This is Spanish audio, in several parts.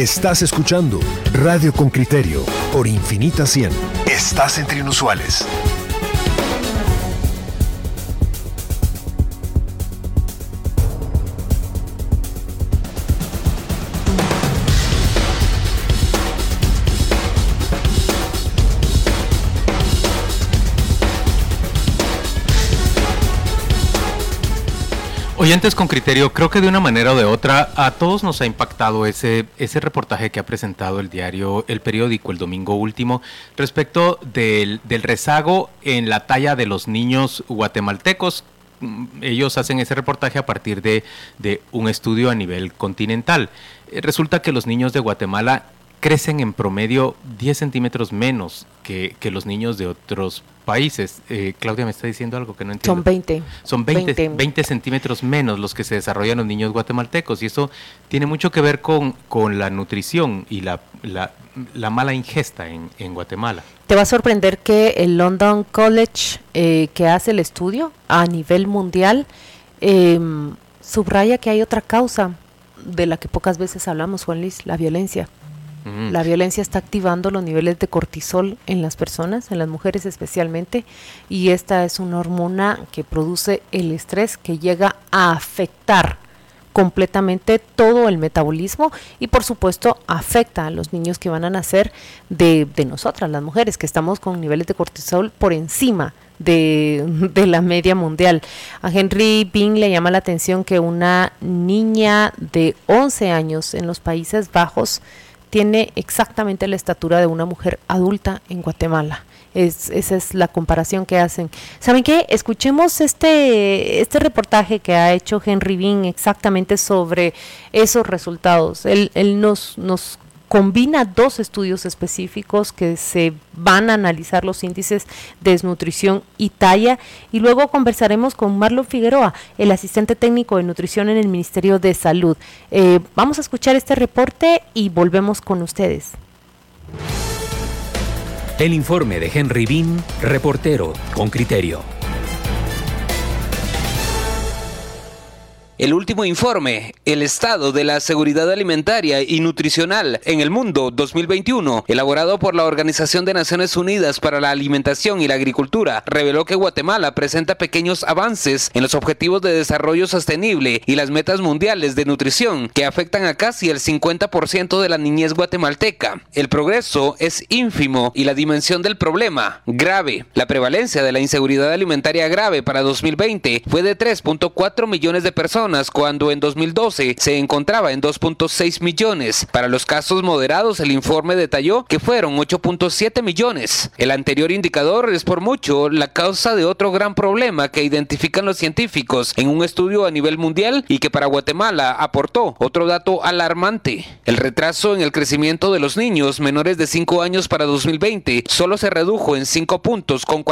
Estás escuchando Radio con Criterio por Infinita 100. Estás entre inusuales. Oyentes con Criterio, creo que de una manera o de otra a todos nos ha impactado ese reportaje que ha presentado el diario El Periódico el domingo último respecto del rezago en la talla de los niños guatemaltecos. Ellos hacen ese reportaje a partir de un estudio a nivel continental. Resulta que los niños de Guatemala crecen en promedio 10 centímetros menos que los niños de otros países. Claudia me está diciendo algo que no entiendo. Son 20 centímetros menos los que se desarrollan los niños guatemaltecos, y eso tiene mucho que ver con la nutrición y la mala ingesta en Guatemala. Te va a sorprender que el London College, que hace el estudio a nivel mundial, subraya que hay otra causa de la que pocas veces hablamos, Juan Luis: la violencia. La violencia está activando los niveles de cortisol en las personas, en las mujeres especialmente, y esta es una hormona que produce el estrés, que llega a afectar completamente todo el metabolismo y por supuesto afecta a los niños que van a nacer de nosotras, las mujeres, que estamos con niveles de cortisol por encima de la media mundial. A Henry Bean le llama la atención que una niña de 11 años en los Países Bajos tiene exactamente la estatura de una mujer adulta en Guatemala. Esa es la comparación que hacen. ¿Saben qué? Escuchemos este reportaje que ha hecho Henry Bean exactamente sobre esos resultados. Él nos combina dos estudios específicos que se van a analizar los índices de desnutrición y talla, y luego conversaremos con Marlon Figueroa, el asistente técnico de nutrición en el Ministerio de Salud. Vamos a escuchar este reporte y volvemos con ustedes. El informe de Henry Bean, reportero con Criterio. El último informe, el estado de la seguridad alimentaria y nutricional en el mundo 2021, elaborado por la Organización de Naciones Unidas para la Alimentación y la Agricultura, reveló que Guatemala presenta pequeños avances en los objetivos de desarrollo sostenible y las metas mundiales de nutrición que afectan a casi el 50% de la niñez guatemalteca. El progreso es ínfimo y la dimensión del problema grave. La prevalencia de la inseguridad alimentaria grave para 2020 fue de 3.4 millones de personas, cuando en 2012 se encontraba en 2.6 millones. Para los casos moderados, el informe detalló que fueron 8.7 millones. El anterior indicador es por mucho la causa de otro gran problema que identifican los científicos en un estudio a nivel mundial y que para Guatemala aportó otro dato alarmante. El retraso en el crecimiento de los niños menores de 5 años para 2020 solo se redujo en 5 puntos, con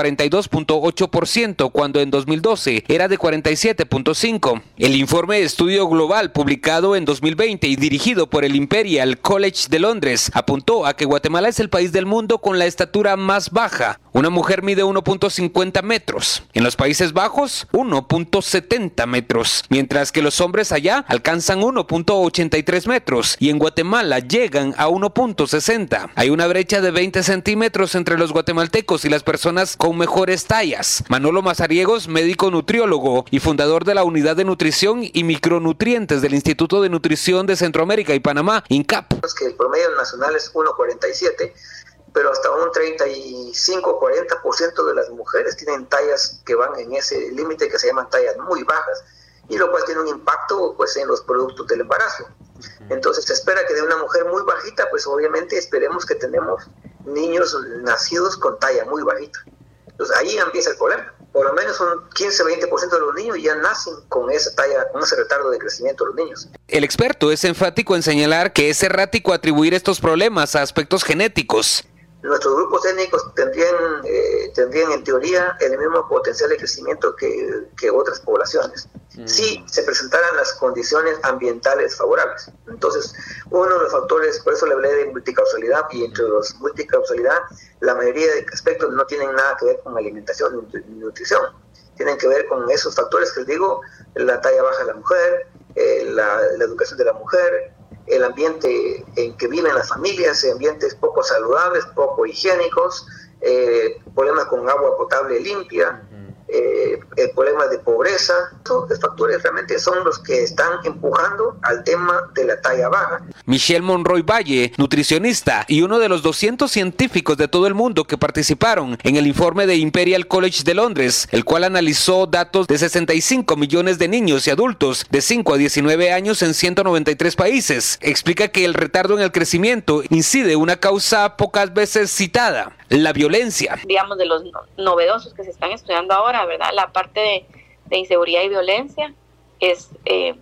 42.8%, cuando en 2012 era de 47.5%. El informe de estudio global publicado en 2020 y dirigido por el Imperial College de Londres apuntó a que Guatemala es el país del mundo con la estatura más baja. Una mujer mide 1.50 metros. En los Países Bajos, 1.70 metros, mientras que los hombres allá alcanzan 1.83 metros y en Guatemala llegan a 1.60. Hay una brecha de 20 centímetros entre los guatemaltecos y las personas con mejores tallas. Manolo Mazariegos, médico nutriólogo y fundador de la Unidad de Nutrición y Micronutrientes del Instituto de Nutrición de Centroamérica y Panamá, INCAP. Es que el promedio nacional es 1.47, pero hasta un 35-40% de las mujeres tienen tallas que van en ese límite, que se llaman tallas muy bajas, y lo cual tiene un impacto pues en los productos del embarazo. Entonces se espera que de una mujer muy bajita, pues obviamente esperemos que tenemos niños nacidos con talla muy bajita. Entonces ahí empieza el problema. Por lo menos un 15-20% de los niños ya nacen con esa talla, con ese retardo de crecimiento de los niños. El experto es enfático en señalar que es errático atribuir estos problemas a aspectos genéticos. Nuestros grupos étnicos tendrían en teoría el mismo potencial de crecimiento que otras poblaciones, si se presentaran las condiciones ambientales favorables. Entonces, uno de los factores, por eso le hablé de multicausalidad, y entre los multicausalidad, la mayoría de aspectos no tienen nada que ver con alimentación ni nutrición, tienen que ver con esos factores que les digo: la talla baja de la mujer, la educación de la mujer, el ambiente en que viven las familias, ambientes poco saludables, poco higiénicos, problemas con agua potable limpia, problemas de pobreza. Estos factores realmente son los que están empujando al tema de la talla baja. Michelle Monroy Valle, nutricionista y uno de los 200 científicos de todo el mundo que participaron en el informe de Imperial College de Londres, el cual analizó datos de 65 millones de niños y adultos de 5 a 19 años en 193 países, explica que el retardo en el crecimiento incide una causa pocas veces citada: la violencia. Digamos, de los novedosos que se están estudiando ahora, ¿verdad? La parte de inseguridad y violencia es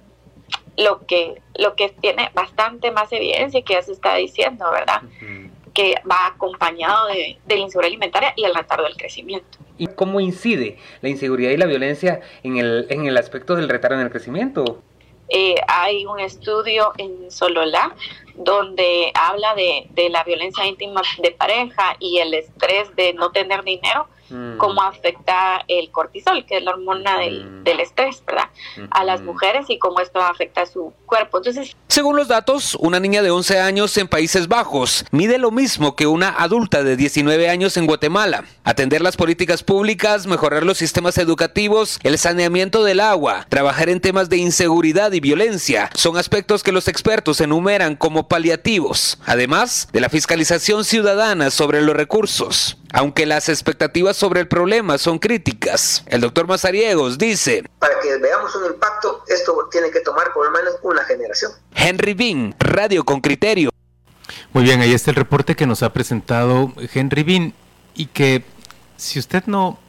lo que tiene bastante más evidencia, que ya se está diciendo, ¿verdad? Que va acompañado de la inseguridad alimentaria y el retardo del crecimiento. ¿Y cómo incide la inseguridad y la violencia en el aspecto del retardo en el crecimiento? Hay un estudio en Sololá donde habla de la violencia íntima de pareja y el estrés de no tener dinero, cómo afecta el cortisol, que es la hormona del estrés, ¿verdad? A las mujeres, y cómo esto afecta a su cuerpo. Entonces, según los datos, una niña de 11 años en Países Bajos mide lo mismo que una adulta de 19 años en Guatemala. Atender las políticas públicas, mejorar los sistemas educativos, el saneamiento del agua, trabajar en temas de inseguridad y violencia son aspectos que los expertos enumeran como paliativos, además de la fiscalización ciudadana sobre los recursos. Aunque las expectativas sobre el problema son críticas, el doctor Mazariegos dice: para que veamos un impacto, esto tiene que tomar por lo menos una generación. Henry Bean, Radio con Criterio. Muy bien, ahí está el reporte que nos ha presentado Henry Bean, y que si usted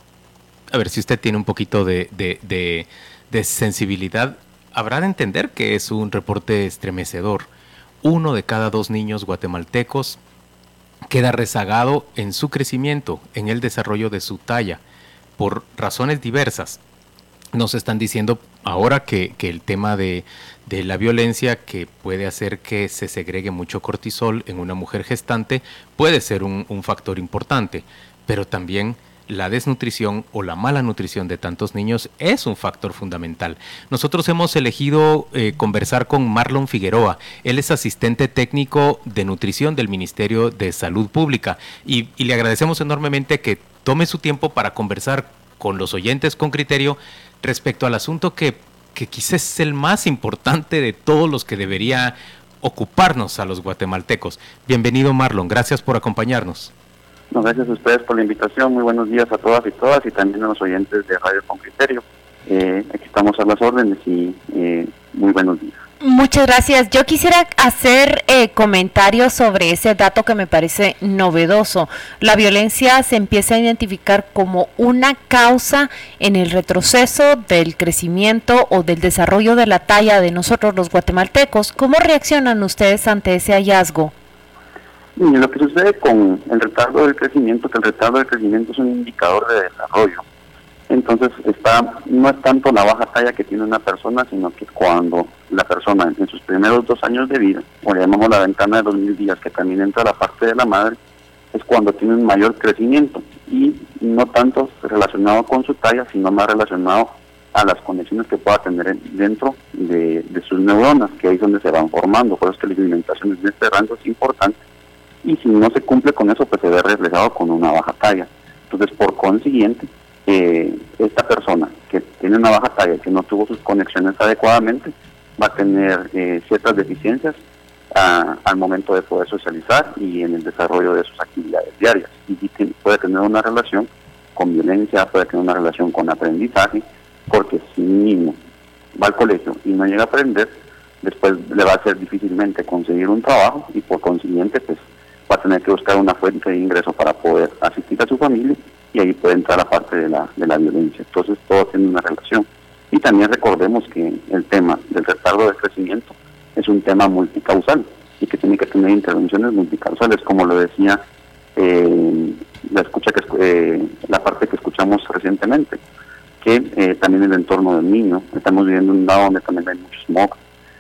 tiene un poquito de sensibilidad, habrá de entender que es un reporte estremecedor. 1 de cada 2 niños guatemaltecos queda rezagado en su crecimiento, en el desarrollo de su talla, por razones diversas. Nos están diciendo ahora que el tema de la violencia, que puede hacer que se segregue mucho cortisol en una mujer gestante, puede ser un factor importante, pero también la desnutrición o la mala nutrición de tantos niños es un factor fundamental. Nosotros hemos elegido conversar con Marlon Figueroa. Él es asistente técnico de nutrición del Ministerio de Salud Pública, y le agradecemos enormemente que tome su tiempo para conversar con los oyentes con criterio respecto al asunto que quizás es el más importante de todos los que debería ocuparnos a los guatemaltecos. Bienvenido, Marlon, gracias por acompañarnos. No, gracias a ustedes por la invitación. Muy buenos días a todas y todas, y también a los oyentes de Radio con Criterio. Aquí estamos a las órdenes y muy buenos días. Muchas gracias. Yo quisiera hacer comentarios sobre ese dato que me parece novedoso. La violencia se empieza a identificar como una causa en el retroceso del crecimiento o del desarrollo de la talla de nosotros los guatemaltecos. ¿Cómo reaccionan ustedes ante ese hallazgo? Y lo que sucede con el retardo del crecimiento, que el retardo del crecimiento es un indicador de desarrollo. Entonces no es tanto la baja talla que tiene una persona, sino que cuando la persona en sus primeros 2 años de vida, o le llamamos la ventana de los 1000 días, que también entra la parte de la madre, es cuando tiene un mayor crecimiento, y no tanto relacionado con su talla, sino más relacionado a las conexiones que pueda tener dentro de sus neuronas, que ahí es donde se van formando. Por eso es que la alimentación en este rango es importante, y si no se cumple con eso, pues se ve reflejado con una baja talla. Entonces, por consiguiente, esta persona que tiene una baja talla y que no tuvo sus conexiones adecuadamente, va a tener ciertas deficiencias al momento de poder socializar y en el desarrollo de sus actividades diarias. Y puede tener una relación con violencia, puede tener una relación con aprendizaje, porque si un niño va al colegio y no llega a aprender, después le va a ser difícilmente conseguir un trabajo, y por consiguiente pues va a tener que buscar una fuente de ingreso para poder asistir a su familia, y ahí puede entrar la parte de la violencia. Entonces todo tiene una relación. Y también recordemos que el tema del retardo del crecimiento es un tema multicausal, y que tiene que tener intervenciones multicausales, como lo decía la parte que escuchamos recientemente, que también el entorno del niño. Estamos viviendo en un lado donde también hay mucho smog,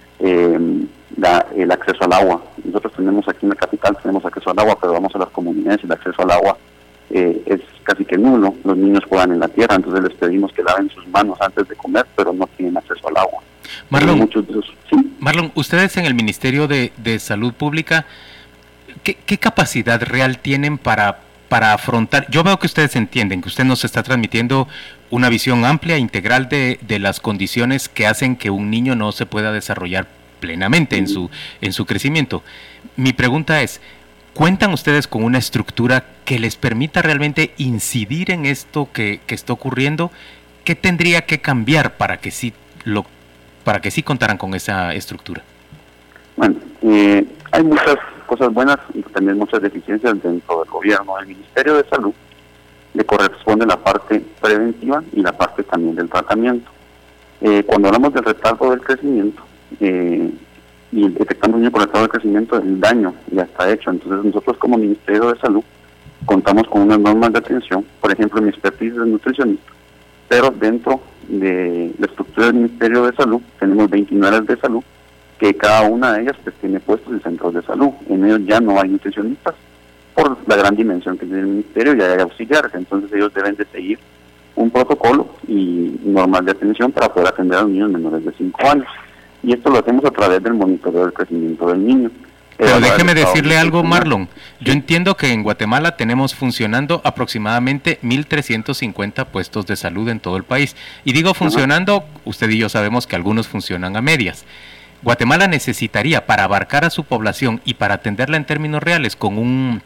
el acceso al agua. Nosotros tenemos aquí en la capital, tenemos acceso al agua, pero vamos a las comunidades y el acceso al agua es casi que nulo. Los niños juegan en la tierra, entonces les pedimos que laven sus manos antes de comer, pero no tienen acceso al agua. Marlon, ¿sí? Marlon, ustedes en el Ministerio de Salud Pública, ¿qué capacidad real tienen para afrontar? Yo veo que ustedes entienden, que usted nos está transmitiendo una visión amplia, integral de las condiciones que hacen que un niño no se pueda desarrollar plenamente en su crecimiento. Mi pregunta es, ¿cuentan ustedes con una estructura que les permita realmente incidir en esto que está ocurriendo? ¿Qué tendría que cambiar para que sí contaran con esa estructura? Bueno, hay muchas cosas buenas y también muchas deficiencias dentro del gobierno. Al Ministerio de Salud le corresponde la parte preventiva y la parte también del tratamiento. Cuando hablamos del retardo del crecimiento y detectamos un niño con retardo del crecimiento, el daño ya está hecho. Entonces nosotros como Ministerio de Salud contamos con unas normas de atención. Por ejemplo, mi expertise es nutricionista, pero dentro de la estructura del Ministerio de Salud tenemos 29 áreas de salud, que cada una de ellas pues tiene puestos en centros de salud. En ellos ya no hay nutricionistas por la gran dimensión que tiene el ministerio, ya hay auxiliares, entonces ellos deben de seguir un protocolo y normas de atención para poder atender a los niños menores de 5 años. Y esto lo hacemos a través del monitoreo del crecimiento del niño. Pero déjeme decirle algo, Marlon. Yo entiendo que en Guatemala tenemos funcionando aproximadamente 1.350 puestos de salud en todo el país. Y digo funcionando, usted y yo sabemos que algunos funcionan a medias. Guatemala necesitaría, para abarcar a su población y para atenderla en términos reales, con un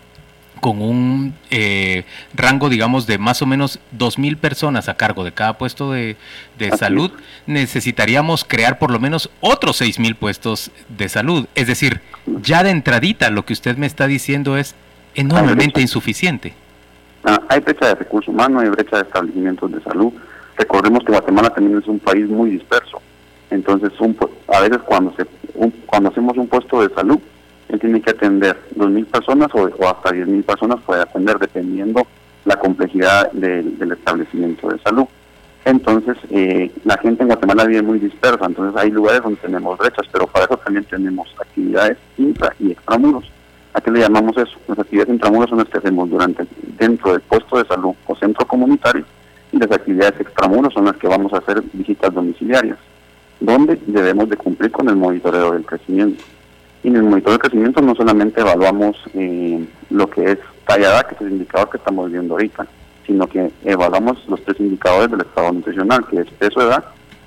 rango, digamos, de más o menos 2.000 personas a cargo de cada puesto de salud, necesitaríamos crear por lo menos otros 6.000 puestos de salud. Es decir, ya de entradita lo que usted me está diciendo es enormemente insuficiente. Hay brecha de recurso humano, hay brecha de establecimientos de salud. Recordemos que Guatemala también es un país muy disperso. Entonces, a veces cuando hacemos un puesto de salud, él tiene que atender 2.000 personas o hasta 10.000 personas puede atender, dependiendo la complejidad del establecimiento de salud. Entonces, la gente en Guatemala vive muy dispersa, entonces hay lugares donde tenemos brechas, pero para eso también tenemos actividades intra y extramuros. ¿A qué le llamamos eso? Las actividades intramuros son las que hacemos dentro del puesto de salud o centro comunitario, y las actividades extramuros son las que vamos a hacer visitas domiciliarias, donde debemos de cumplir con el monitoreo del crecimiento. Y en el monitoreo del crecimiento no solamente evaluamos lo que es talla edad, que es el indicador que estamos viendo ahorita, sino que evaluamos los 3 indicadores del estado nutricional, que es peso edad,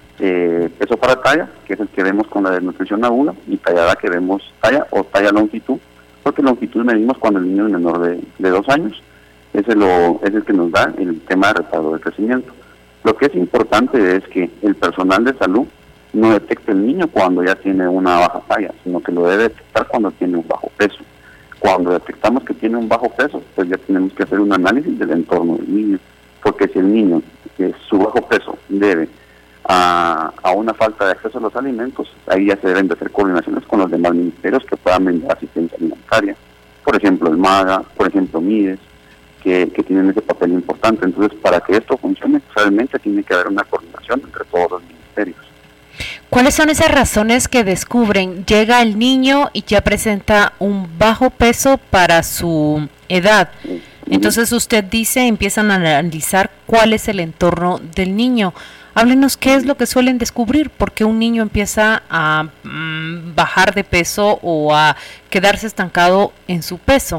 peso para talla, que es el que vemos con la desnutrición aguda, y talla edad, que vemos talla o talla longitud, porque longitud medimos cuando el niño es menor de 2 años. Es el que nos da el tema de retardo del crecimiento. Lo que es importante es que el personal de salud no detecte el niño cuando ya tiene una baja talla, sino que lo debe detectar cuando tiene un bajo peso. Cuando detectamos que tiene un bajo peso, pues ya tenemos que hacer un análisis del entorno del niño, porque si el niño, su bajo peso debe a una falta de acceso a los alimentos, ahí ya se deben de hacer coordinaciones con los demás ministerios que puedan brindar asistencia alimentaria. Por ejemplo, el MAGA, por ejemplo, MIDES, que tienen ese papel importante. Entonces, para que esto funcione, realmente tiene que haber una coordinación entre todos los ministerios. ¿Cuáles son esas razones que descubren? Llega el niño y ya presenta un bajo peso para su edad. Entonces usted dice, empiezan a analizar cuál es el entorno del niño. Háblenos qué es lo que suelen descubrir, por qué un niño empieza a bajar de peso o a quedarse estancado en su peso.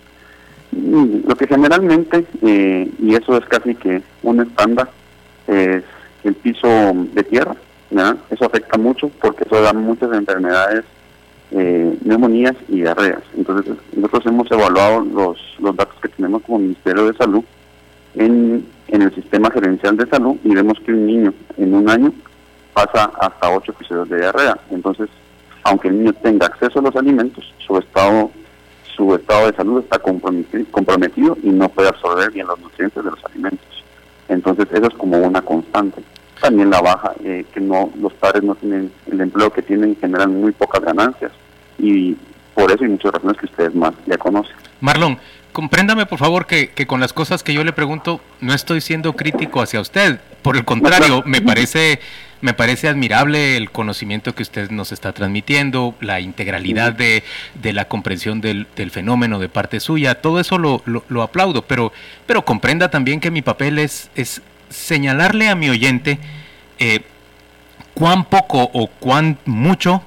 Lo que generalmente, y eso es casi que un estándar, es el piso de tierra. ¿verdad? Eso afecta mucho porque eso da muchas enfermedades, neumonías y diarreas. Entonces nosotros hemos evaluado los datos que tenemos como Ministerio de Salud en el sistema gerencial de salud y vemos que un niño en un año pasa hasta 8 episodios de diarrea. Entonces, aunque el niño tenga acceso a los alimentos, su estado de salud está comprometido y no puede absorber bien los nutrientes de los alimentos. Entonces eso es como una constante. También la baja, que los padres no tienen el empleo que tienen, generan muy pocas ganancias, y por eso hay muchas razones que ustedes más ya conocen. Marlon, compréndame por favor que con las cosas que yo le pregunto no estoy siendo crítico hacia usted, por el contrario, me parece admirable el conocimiento que usted nos está transmitiendo, la integralidad de la comprensión del fenómeno de parte suya, todo eso lo aplaudo, pero comprenda también que mi papel es señalarle a mi oyente cuán poco o cuán mucho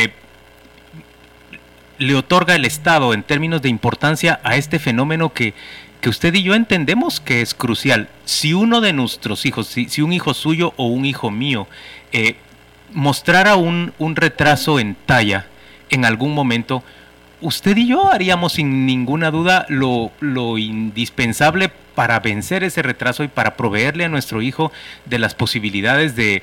le otorga el Estado en términos de importancia a este fenómeno que usted y yo entendemos que es crucial. Si uno de nuestros hijos, si un hijo suyo o un hijo mío mostrara un retraso en talla en algún momento, usted y yo haríamos sin ninguna duda lo indispensable para vencer ese retraso y para proveerle a nuestro hijo de las posibilidades de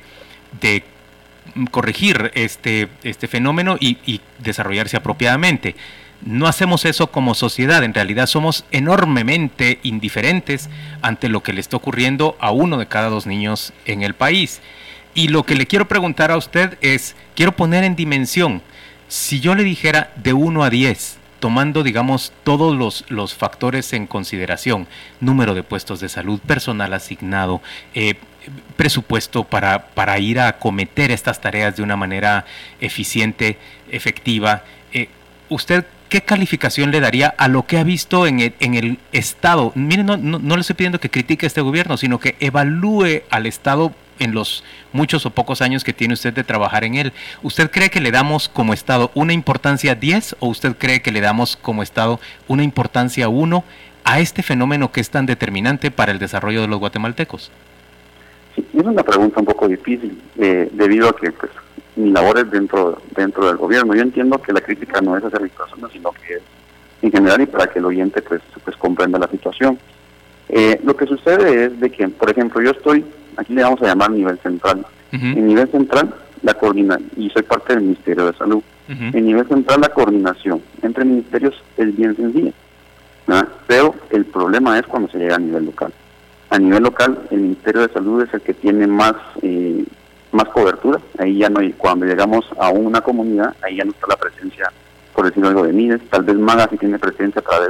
corregir este fenómeno y desarrollarse apropiadamente. No hacemos eso como sociedad, en realidad somos enormemente indiferentes ante lo que le está ocurriendo a 1 de cada 2 niños en el país. Y lo que le quiero preguntar a usted es, quiero poner en dimensión, si yo le dijera de 1 a 10, tomando, digamos, todos los factores en consideración, número de puestos de salud, personal asignado, presupuesto para ir a acometer estas tareas de una manera eficiente, efectiva, ¿usted qué calificación le daría a lo que ha visto en el Estado? Miren, no le estoy pidiendo que critique a este gobierno, sino que evalúe al Estado en los muchos o pocos años que tiene usted de trabajar en él. ¿Usted cree que le damos como Estado una importancia 10 o usted cree que le damos como Estado una importancia 1 a este fenómeno que es tan determinante para el desarrollo de los guatemaltecos? Sí, es una pregunta un poco difícil, debido a que pues mi labor es dentro del gobierno. Yo entiendo que la crítica no es hacia mi persona, sino que es en general y para que el oyente pues comprenda la situación. Lo que sucede es de que, por ejemplo, yo estoy, aquí le vamos a llamar nivel central. En nivel central, y soy parte del Ministerio de Salud. En nivel central, la coordinación entre ministerios es bien sencilla, ¿no? Pero el problema es cuando se llega a nivel local. A nivel local, el Ministerio de Salud es el que tiene más cobertura. Ahí ya no hay, cuando llegamos a una comunidad, ahí ya no está la presencia, por decirlo algo, de MIDES. Tal vez MAGA sí tiene presencia a través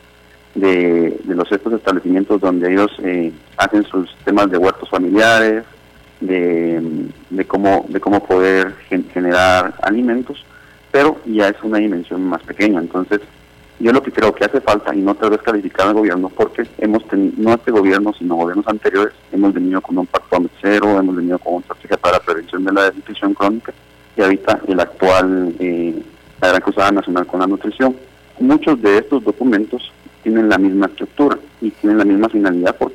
de estos establecimientos donde ellos hacen sus temas de huertos familiares, de cómo poder generar alimentos, pero ya es una dimensión más pequeña. Entonces, yo lo que creo que hace falta, y no tal vez calificar al gobierno, porque hemos tenido, no este gobierno, sino gobiernos anteriores, hemos venido con un pacto cero, hemos venido con una estrategia para la prevención de la desnutrición crónica, y ahorita el actual, la Gran Cruzada Nacional con la Nutrición. Muchos de estos documentos tienen la misma estructura y tienen la misma finalidad por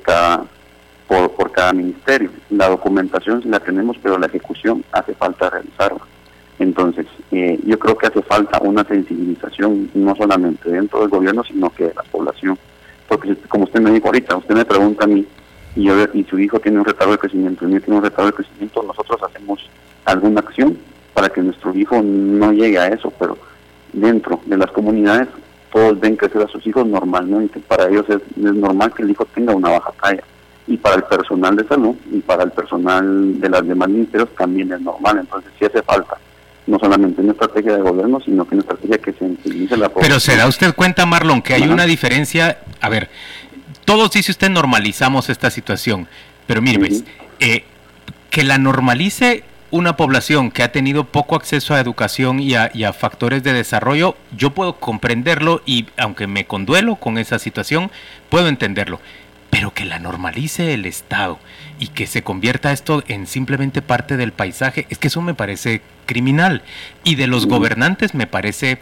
cada ministerio. La documentación sí la tenemos, pero la ejecución hace falta realizarla. Entonces, yo creo que hace falta una sensibilización, no solamente dentro del gobierno, sino que de la población. Porque, como usted me dijo ahorita, usted me pregunta a mí, y su hijo tiene un retardo de crecimiento, y yo tiene un retardo de crecimiento, nosotros hacemos alguna acción para que nuestro hijo no llegue a eso, pero dentro de las comunidades, todos ven crecer a sus hijos normalmente. Para ellos es normal que el hijo tenga una baja talla. Y para el personal de salud y para el personal de los demás ministerios también es normal. Entonces sí hace falta no solamente una estrategia de gobierno, sino que una estrategia que sensibilice la población. Pero ¿se da usted cuenta, Marlon, que hay una diferencia? A ver, todos, dice usted, normalizamos esta situación, pero mire, pues, que la normalice una población que ha tenido poco acceso a educación y a factores de desarrollo, yo puedo comprenderlo y aunque me conduelo con esa situación, puedo entenderlo. Pero que la normalice el Estado y que se convierta esto en simplemente parte del paisaje, es que eso me parece criminal. Y de los gobernantes me parece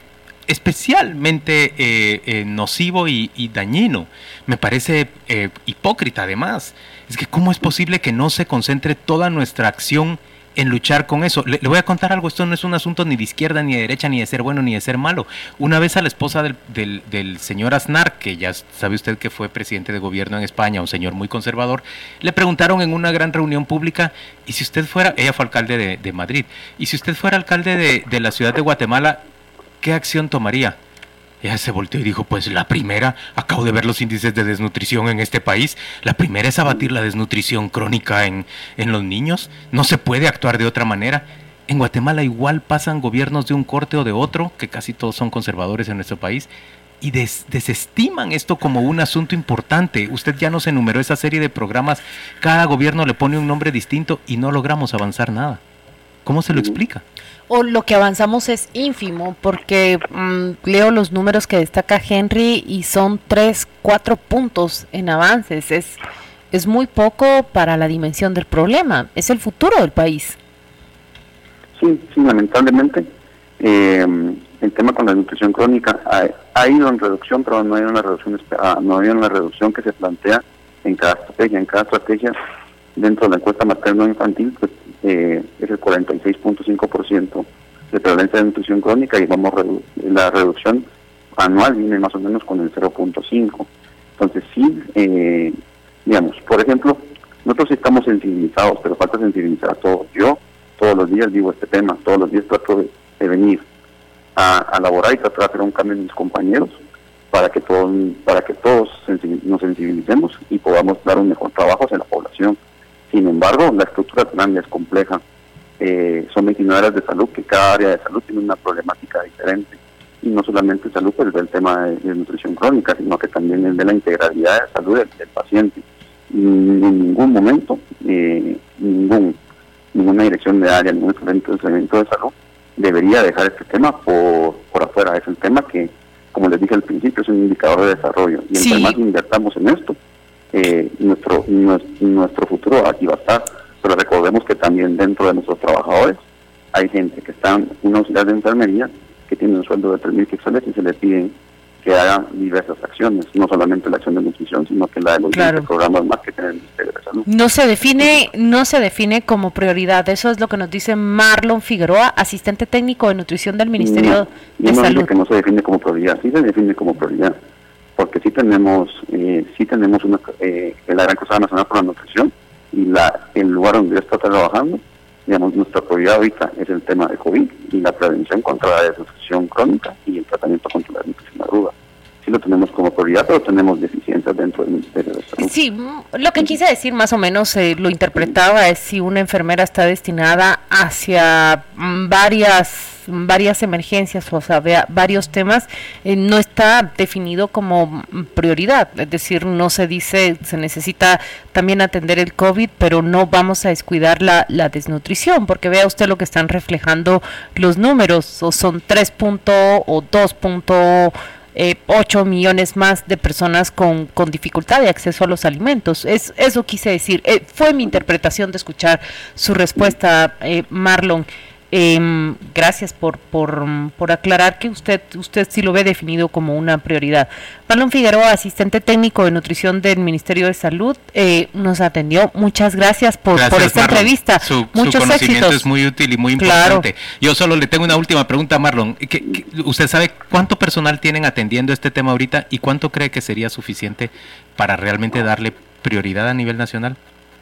especialmente nocivo y dañino. Me parece hipócrita además. Es que ¿cómo es posible que no se concentre toda nuestra acción en luchar con eso? Le voy a contar algo, esto no es un asunto ni de izquierda, ni de derecha, ni de ser bueno, ni de ser malo. Una vez a la esposa del señor Aznar, que ya sabe usted que fue presidente de gobierno en España, un señor muy conservador, le preguntaron en una gran reunión pública, y si usted fuera, ella fue alcalde de Madrid, y si usted fuera alcalde de la ciudad de Guatemala, ¿qué acción tomaría? Ella se volteó y dijo, pues la primera, acabo de ver los índices de desnutrición en este país, la primera es abatir la desnutrición crónica en los niños, no se puede actuar de otra manera. En Guatemala igual pasan gobiernos de un corte o de otro, que casi todos son conservadores en nuestro país, y desestiman esto como un asunto importante. Usted ya nos enumeró esa serie de programas, cada gobierno le pone un nombre distinto y no logramos avanzar nada. ¿Cómo se lo explica? O lo que avanzamos es ínfimo, porque leo los números que destaca Henry y son 3-4 puntos en avances. Es muy poco para la dimensión del problema. Es el futuro del país. Sí, lamentablemente el tema con la nutrición crónica ha ido en reducción, pero no hay una reducción esperada, no hay una reducción que se plantea en cada estrategia. En cada estrategia, dentro de la encuesta materno-infantil, pues, es el 46.5% de prevalencia de nutrición crónica, y la reducción anual viene más o menos con el 0.5. Entonces sí, digamos, por ejemplo, nosotros estamos sensibilizados, pero falta sensibilizar a todos. Yo todos los días digo este tema, todos los días trato de venir a laborar y tratar de hacer un cambio en mis compañeros para que todos nos sensibilicemos y podamos dar un mejor trabajo hacia la población. Sin embargo, la estructura grande es compleja. Son 29 áreas de salud, que cada área de salud tiene una problemática diferente. Y no solamente salud, pues del tema de nutrición crónica, sino que también es de la integralidad de salud del paciente. Y en ningún momento, ninguna dirección de área, ningún elemento de salud debería dejar este tema por afuera. Es el tema que, como les dije al principio, es un indicador de desarrollo. Y entre más invertamos en esto, nuestro futuro aquí va a estar. Pero recordemos que también dentro de nuestros trabajadores hay gente que está en una auxiliar de enfermería que tiene un sueldo de 3.000 quetzales y se le piden que haga diversas acciones, no solamente la acción de nutrición, sino que la de los programas más que tiene el Ministerio de Salud. No se define como prioridad. Eso es lo que nos dice Marlon Figueroa, asistente técnico de nutrición del Ministerio de Salud. Digo que no se define como prioridad, sí se define como prioridad, porque sí tenemos la Gran Cruzada Nacional por la Nutrición, y el lugar donde está trabajando, digamos, nuestra prioridad ahorita es el tema de COVID y la prevención contra la desnutrición crónica y el tratamiento contra la desnutrición aguda. Sí lo tenemos como prioridad, pero tenemos deficiencias dentro del Ministerio de Salud. Sí, lo que quise decir más o menos, lo interpretaba, es si una enfermera está destinada hacia varias emergencias, o sea, varios temas, no está definido como prioridad, es decir, no se dice, se necesita también atender el COVID, pero no vamos a descuidar la desnutrición, porque vea usted lo que están reflejando los números, o son 2.8 millones más de personas con dificultad de acceso a los alimentos. Eso quise decir. Fue mi interpretación de escuchar su respuesta, Marlon. Gracias por aclarar que usted sí lo ve definido como una prioridad. Marlon Figueroa, asistente técnico de nutrición del Ministerio de Salud, nos atendió. Muchas gracias por esta Marlon. Entrevista. Muchos conocimiento éxitos. Es muy útil y muy importante. Claro. Yo solo le tengo una última pregunta, Marlon. ¿Usted sabe cuánto personal tienen atendiendo este tema ahorita y cuánto cree que sería suficiente para realmente darle prioridad a nivel nacional?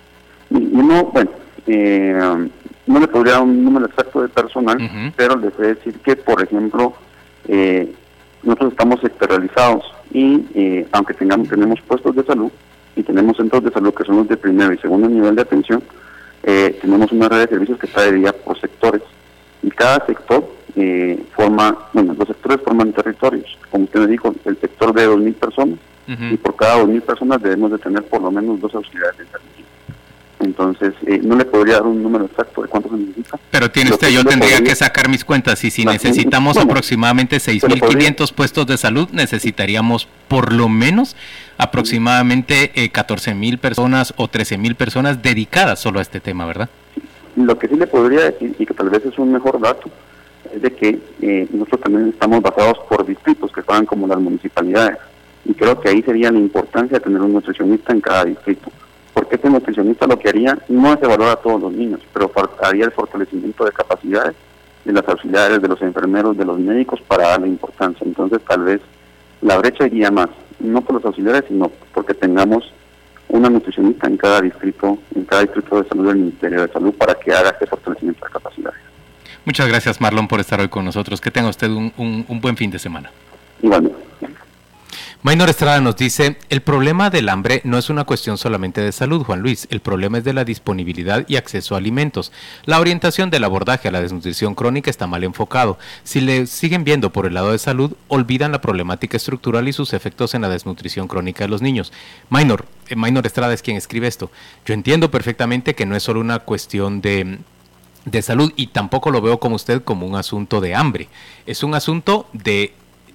No le podría dar un número exacto de personal, pero les voy a decir que, por ejemplo, nosotros estamos sectorializados y aunque tenemos puestos de salud y tenemos centros de salud que son los de primero y segundo nivel de atención, tenemos una red de servicios que está dividida por sectores y cada sector los sectores forman territorios. Como usted me dijo, el sector de 2.000 personas y por cada 2.000 personas debemos de tener por lo menos 2 auxiliares de salud. Entonces, no le podría dar un número exacto de cuánto se necesita. Pero yo tendría que sacar mis cuentas, y si necesitamos aproximadamente 6.500 puestos de salud, necesitaríamos por lo menos aproximadamente 14.000 personas o 13.000 personas dedicadas solo a este tema, ¿verdad? Lo que sí le podría decir, y que tal vez es un mejor dato, es de que nosotros también estamos basados por distritos que pagan como las municipalidades, y creo que ahí sería la importancia de tener un nutricionista en cada distrito. Porque este nutricionista lo que haría no es evaluar a todos los niños, pero haría el fortalecimiento de capacidades de las auxiliares, de los enfermeros, de los médicos para darle importancia. Entonces tal vez la brecha iría más, no por los auxiliares, sino porque tengamos una nutricionista en cada distrito de salud del Ministerio de Salud para que haga este fortalecimiento de capacidades. Muchas gracias, Marlon, por estar hoy con nosotros. Que tenga usted un buen fin de semana. Igualmente. Maynor Estrada nos dice, el problema del hambre no es una cuestión solamente de salud, Juan Luis, el problema es de la disponibilidad y acceso a alimentos. La orientación del abordaje a la desnutrición crónica está mal enfocado. Si le siguen viendo por el lado de salud, olvidan la problemática estructural y sus efectos en la desnutrición crónica de los niños. Maynor Estrada es quien escribe esto. Yo entiendo perfectamente que no es solo una cuestión de salud y tampoco lo veo como usted como un asunto de hambre. Es un asunto de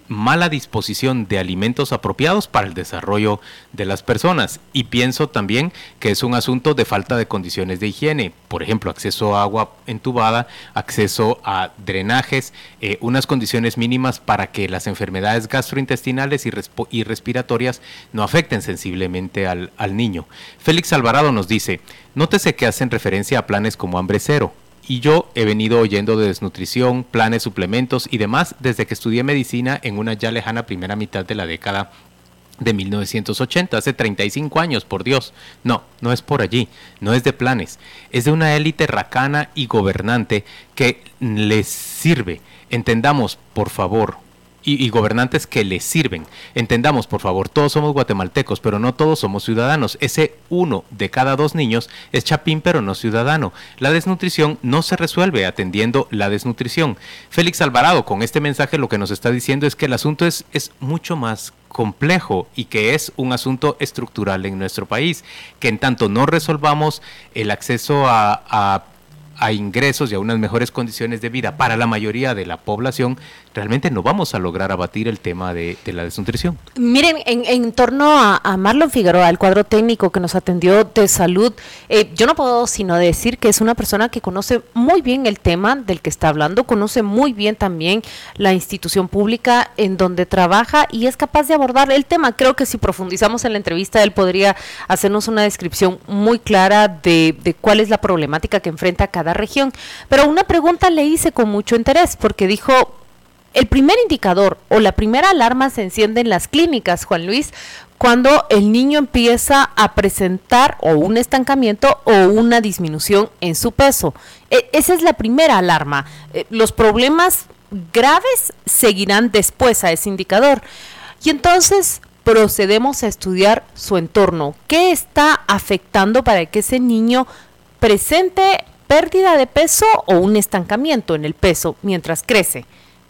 mala disposición de alimentos apropiados para el desarrollo de las personas. Y pienso también que es un asunto de falta de condiciones de higiene, por ejemplo, acceso a agua entubada, acceso a drenajes, unas condiciones mínimas para que las enfermedades gastrointestinales y respiratorias no afecten sensiblemente al niño. Félix Alvarado nos dice, nótese que hacen referencia a planes como Hambre Cero. Y yo he venido oyendo de desnutrición, planes, suplementos y demás desde que estudié medicina en una ya lejana primera mitad de la década de 1980, hace 35 años, por Dios. No es por allí, no es de planes, es de una élite racana y gobernante que les sirve. Entendamos, por favor, y gobernantes que les sirven. Entendamos, por favor, todos somos guatemaltecos, pero no todos somos ciudadanos. Ese 1 de cada 2 niños es chapín, pero no ciudadano. La desnutrición no se resuelve atendiendo la desnutrición. Félix Alvarado, con este mensaje, lo que nos está diciendo es que el asunto es mucho más complejo y que es un asunto estructural en nuestro país, que en tanto no resolvamos el acceso a ingresos y a unas mejores condiciones de vida para la mayoría de la población, realmente no vamos a lograr abatir el tema de la desnutrición. Miren, en torno a Marlon Figueroa, el cuadro técnico que nos atendió de salud, yo no puedo sino decir que es una persona que conoce muy bien el tema del que está hablando, conoce muy bien también la institución pública en donde trabaja y es capaz de abordar el tema. Creo que si profundizamos en la entrevista, él podría hacernos una descripción muy clara de cuál es la problemática que enfrenta cada región. Pero una pregunta le hice con mucho interés, porque dijo, el primer indicador o la primera alarma se enciende en las clínicas, Juan Luis, cuando el niño empieza a presentar o un estancamiento o una disminución en su peso. Esa es la primera alarma. Los problemas graves seguirán después a ese indicador. Y entonces procedemos a estudiar su entorno. ¿Qué está afectando para que ese niño presente pérdida de peso o un estancamiento en el peso mientras crece?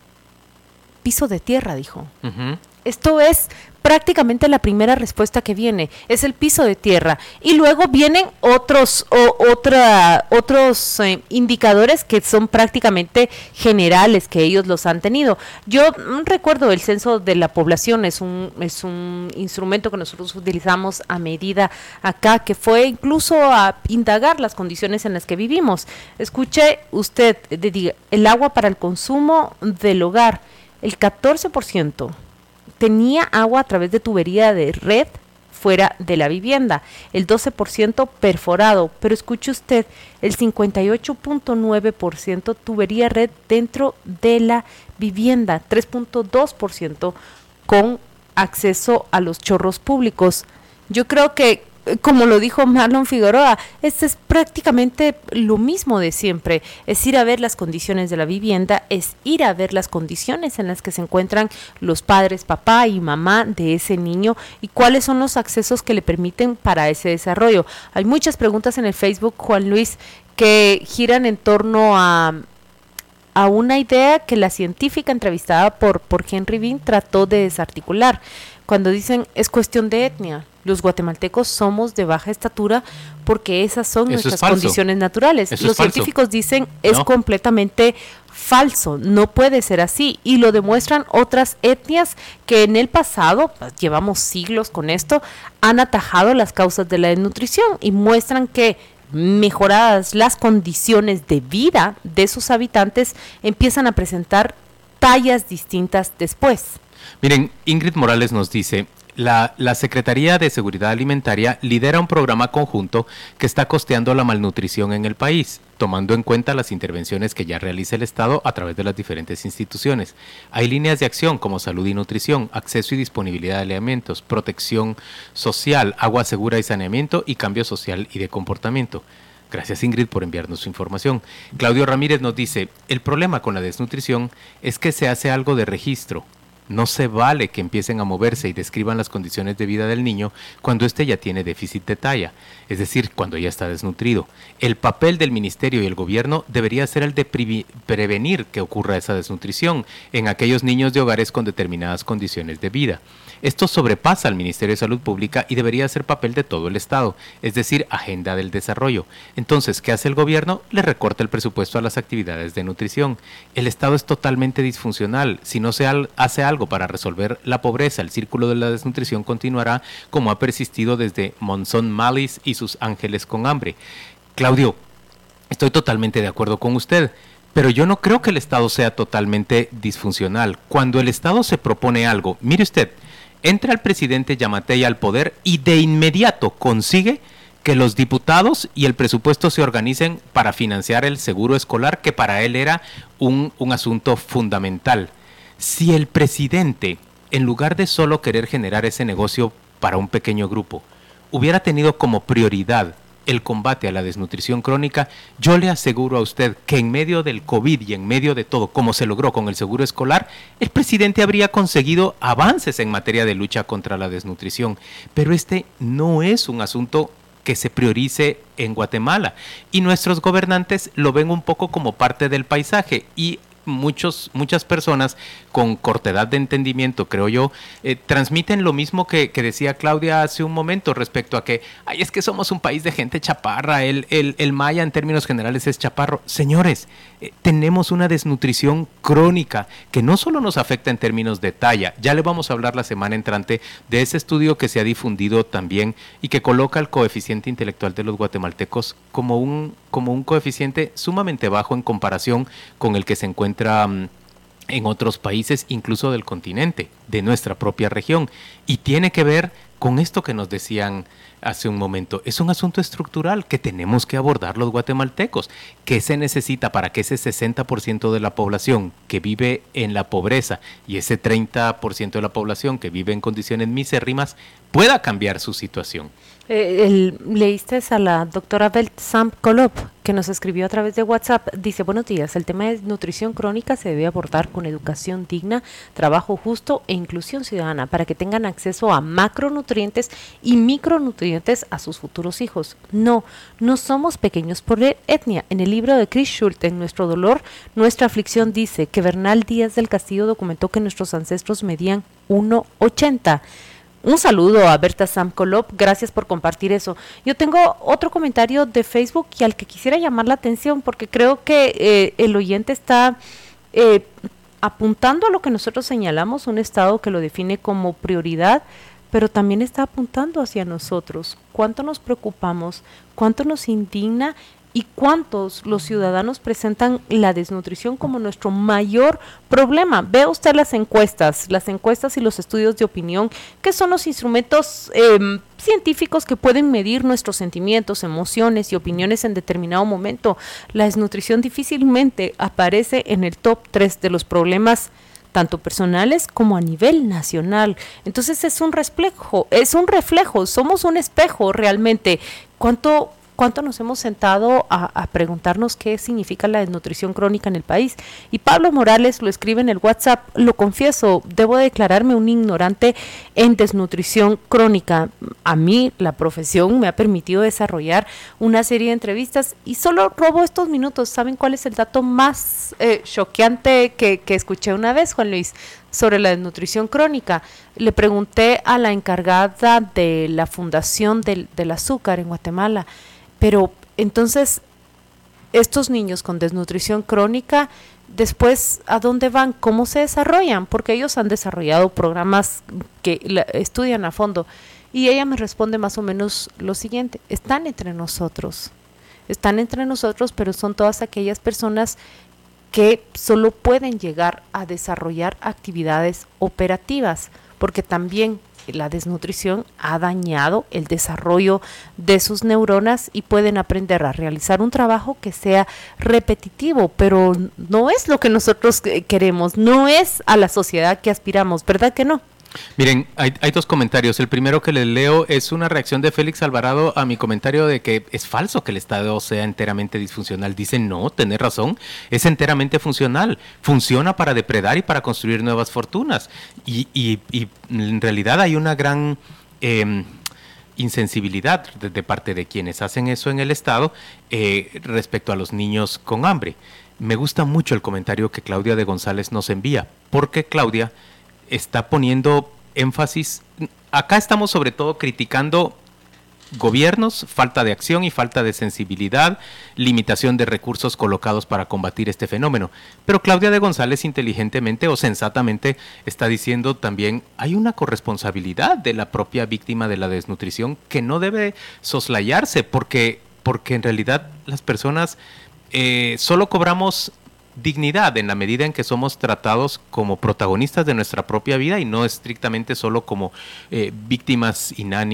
Piso de tierra, dijo. Esto es prácticamente la primera respuesta que viene, es el piso de tierra. Y luego vienen otros indicadores que son prácticamente generales, que ellos los han tenido. Yo recuerdo el censo de la población, es un instrumento que nosotros utilizamos a medida acá, que fue incluso a indagar las condiciones en las que vivimos. Escuche usted, el agua para el consumo del hogar, el 14% tenía agua a través de tubería de red fuera de la vivienda, el 12% perforado, pero escuche usted, el 58.9% tubería red dentro de la vivienda, 3.2% con acceso a los chorros públicos. Yo creo que, como lo dijo Marlon Figueroa, este es prácticamente lo mismo de siempre, es ir a ver las condiciones de la vivienda, es ir a ver las condiciones en las que se encuentran los padres, papá y mamá de ese niño y cuáles son los accesos que le permiten para ese desarrollo. Hay muchas preguntas en el Facebook, Juan Luis, que giran en torno a una idea que la científica entrevistada por Henry Bean trató de desarticular, cuando dicen es cuestión de etnia. Los guatemaltecos somos de baja estatura porque esas son nuestras condiciones naturales. Los científicos dicen es completamente falso, no puede ser así, y lo demuestran otras etnias que en el pasado, llevamos siglos con esto, han atajado las causas de la desnutrición y muestran que mejoradas las condiciones de vida de sus habitantes, empiezan a presentar tallas distintas después. Miren, Ingrid Morales nos dice, la Secretaría de Seguridad Alimentaria lidera un programa conjunto que está costeando la malnutrición en el país, tomando en cuenta las intervenciones que ya realiza el Estado a través de las diferentes instituciones. Hay líneas de acción como salud y nutrición, acceso y disponibilidad de alimentos, protección social, agua segura y saneamiento y cambio social y de comportamiento. Gracias, Ingrid, por enviarnos su información. Claudio Ramírez nos dice, el problema con la desnutrición es que se hace algo de registro. No se vale que empiecen a moverse y describan las condiciones de vida del niño cuando éste ya tiene déficit de talla, es decir, cuando ya está desnutrido. El papel del ministerio y el gobierno debería ser el de prevenir que ocurra esa desnutrición en aquellos niños de hogares con determinadas condiciones de vida. Esto sobrepasa al Ministerio de Salud Pública y debería ser papel de todo el Estado, es decir, agenda del desarrollo. Entonces, ¿qué hace el gobierno? Le recorta el presupuesto a las actividades de nutrición. El Estado es totalmente disfuncional. Si no se hace algo algo para resolver la pobreza, el círculo de la desnutrición continuará como ha persistido desde Monzón Malice y sus ángeles con hambre. Claudio, estoy totalmente de acuerdo con usted, pero yo no creo que el Estado sea totalmente disfuncional. Cuando el Estado se propone algo, mire usted, entra el presidente Yamatei al poder y de inmediato consigue que los diputados y el presupuesto se organicen para financiar el seguro escolar, que para él era un asunto fundamental. Si el presidente, en lugar de solo querer generar ese negocio para un pequeño grupo, hubiera tenido como prioridad el combate a la desnutrición crónica, yo le aseguro a usted que en medio del COVID y en medio de todo, como se logró con el seguro escolar, el presidente habría conseguido avances en materia de lucha contra la desnutrición. Pero este no es un asunto que se priorice en Guatemala, y nuestros gobernantes lo ven un poco como parte del paisaje, y muchas personas con cortedad de entendimiento, creo yo, transmiten lo mismo que decía Claudia hace un momento respecto a que, ay, es que somos un país de gente chaparra, el maya en términos generales es chaparro. Señores, tenemos una desnutrición crónica que no solo nos afecta en términos de talla, ya le vamos a hablar la semana entrante de ese estudio que se ha difundido también y que coloca el coeficiente intelectual de los guatemaltecos como un coeficiente sumamente bajo en comparación con el que se encuentra en otros países, incluso del continente, de nuestra propia región, y tiene que ver con esto que nos decían hace un momento. Es un asunto estructural que tenemos que abordar los guatemaltecos. ¿Qué se necesita para que ese 60% de la población que vive en la pobreza y ese 30% de la población que vive en condiciones misérrimas pueda cambiar su situación? Leíste a la doctora Beltsam Kolop, que nos escribió a través de WhatsApp. Dice: buenos días, el tema de nutrición crónica se debe abordar con educación digna, trabajo justo e inclusión ciudadana para que tengan acceso a macronutrientes y micronutrientes a sus futuros hijos. No somos pequeños por etnia. En el libro de Chris Schulte, En nuestro dolor, nuestra aflicción, dice que Bernal Díaz del Castillo documentó que nuestros ancestros medían 1,80. Un saludo a Berta Sam Kolop, gracias por compartir eso. Yo tengo otro comentario de Facebook y al que quisiera llamar la atención porque creo que el oyente está apuntando a lo que nosotros señalamos, un Estado que lo define como prioridad, pero también está apuntando hacia nosotros. ¿Cuánto nos preocupamos? ¿Cuánto nos indigna? ¿Y cuántos los ciudadanos presentan la desnutrición como nuestro mayor problema? Vea usted las encuestas y los estudios de opinión, que son los instrumentos científicos que pueden medir nuestros sentimientos, emociones y opiniones en determinado momento. La desnutrición difícilmente aparece en el top 3 de los problemas tanto personales como a nivel nacional. Entonces es un reflejo, somos un espejo realmente. ¿Cuánto nos hemos sentado a preguntarnos qué significa la desnutrición crónica en el país? Y Pablo Morales lo escribe en el WhatsApp: lo confieso, debo declararme un ignorante en desnutrición crónica. A mí la profesión me ha permitido desarrollar una serie de entrevistas y solo robo estos minutos. ¿Saben cuál es el dato más choqueante que escuché una vez, Juan Luis, sobre la desnutrición crónica? Le pregunté a la encargada de la Fundación del Azúcar en Guatemala, pero entonces estos niños con desnutrición crónica, después, ¿a dónde van? ¿Cómo se desarrollan? Porque ellos han desarrollado programas que estudian a fondo. Y ella me responde más o menos lo siguiente: están entre nosotros, pero son todas aquellas personas que solo pueden llegar a desarrollar actividades operativas, porque también la desnutrición ha dañado el desarrollo de sus neuronas y pueden aprender a realizar un trabajo que sea repetitivo, pero no es lo que nosotros queremos, no es a la sociedad que aspiramos, ¿verdad que no? Miren, hay dos comentarios. El primero que les leo es una reacción de Félix Alvarado a mi comentario de que es falso que el Estado sea enteramente disfuncional. Dicen: no, tenés razón, es enteramente funcional. Funciona para depredar y para construir nuevas fortunas. Y en realidad hay una gran insensibilidad de parte de quienes hacen eso en el Estado respecto a los niños con hambre. Me gusta mucho el comentario que Claudia de González nos envía, porque Claudia está poniendo énfasis. Acá estamos sobre todo criticando gobiernos, falta de acción y falta de sensibilidad, limitación de recursos colocados para combatir este fenómeno. Pero Claudia de González inteligentemente o sensatamente está diciendo también hay una corresponsabilidad de la propia víctima de la desnutrición que no debe soslayarse porque en realidad las personas solo cobramos dignidad en la medida en que somos tratados como protagonistas de nuestra propia vida y no estrictamente solo como víctimas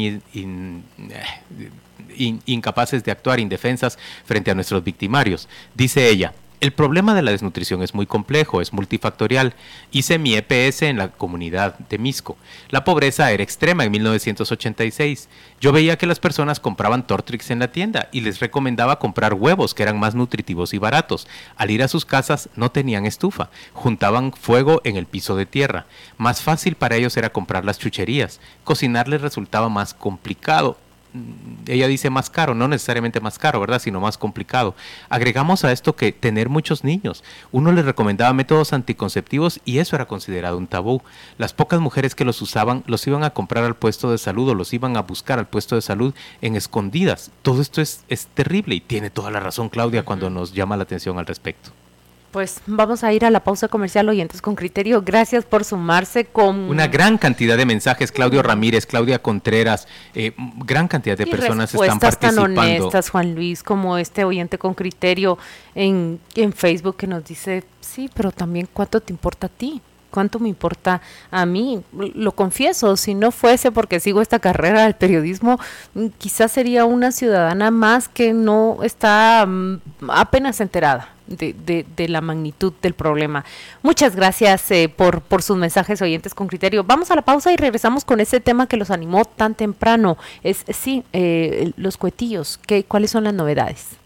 incapaces de actuar, indefensas frente a nuestros victimarios. Dice ella: el problema de la desnutrición es muy complejo, es multifactorial. Hice mi EPS en la comunidad de Misco. La pobreza era extrema en 1986. Yo veía que las personas compraban Tortrix en la tienda y les recomendaba comprar huevos que eran más nutritivos y baratos. Al ir a sus casas no tenían estufa, juntaban fuego en el piso de tierra. Más fácil para ellos era comprar las chucherías. Cocinar les resultaba más complicado. Ella dice más caro, no necesariamente más caro, ¿verdad?, sino más complicado. Agregamos a esto que tener muchos niños. Uno les recomendaba métodos anticonceptivos y eso era considerado un tabú. Las pocas mujeres que los usaban los iban a comprar al puesto de salud o los iban a buscar al puesto de salud en escondidas. Todo esto es terrible y tiene toda la razón Claudia cuando nos llama la atención al respecto. Pues vamos a ir a la pausa comercial, oyentes con criterio. Gracias por sumarse con... Una gran cantidad de mensajes, Claudio Ramírez, Claudia Contreras, gran cantidad de personas están participando. Tan honestas, Juan Luis, como este oyente con criterio en Facebook que nos dice, sí, pero también ¿cuánto te importa a ti? ¿Cuánto me importa a mí? Lo confieso, si no fuese porque sigo esta carrera del periodismo, quizás sería una ciudadana más que no está apenas enterada de la magnitud del problema. Muchas gracias por sus mensajes, oyentes con criterio. Vamos a la pausa y regresamos con ese tema que los animó tan temprano. Los cuetillos. ¿Cuáles son las novedades?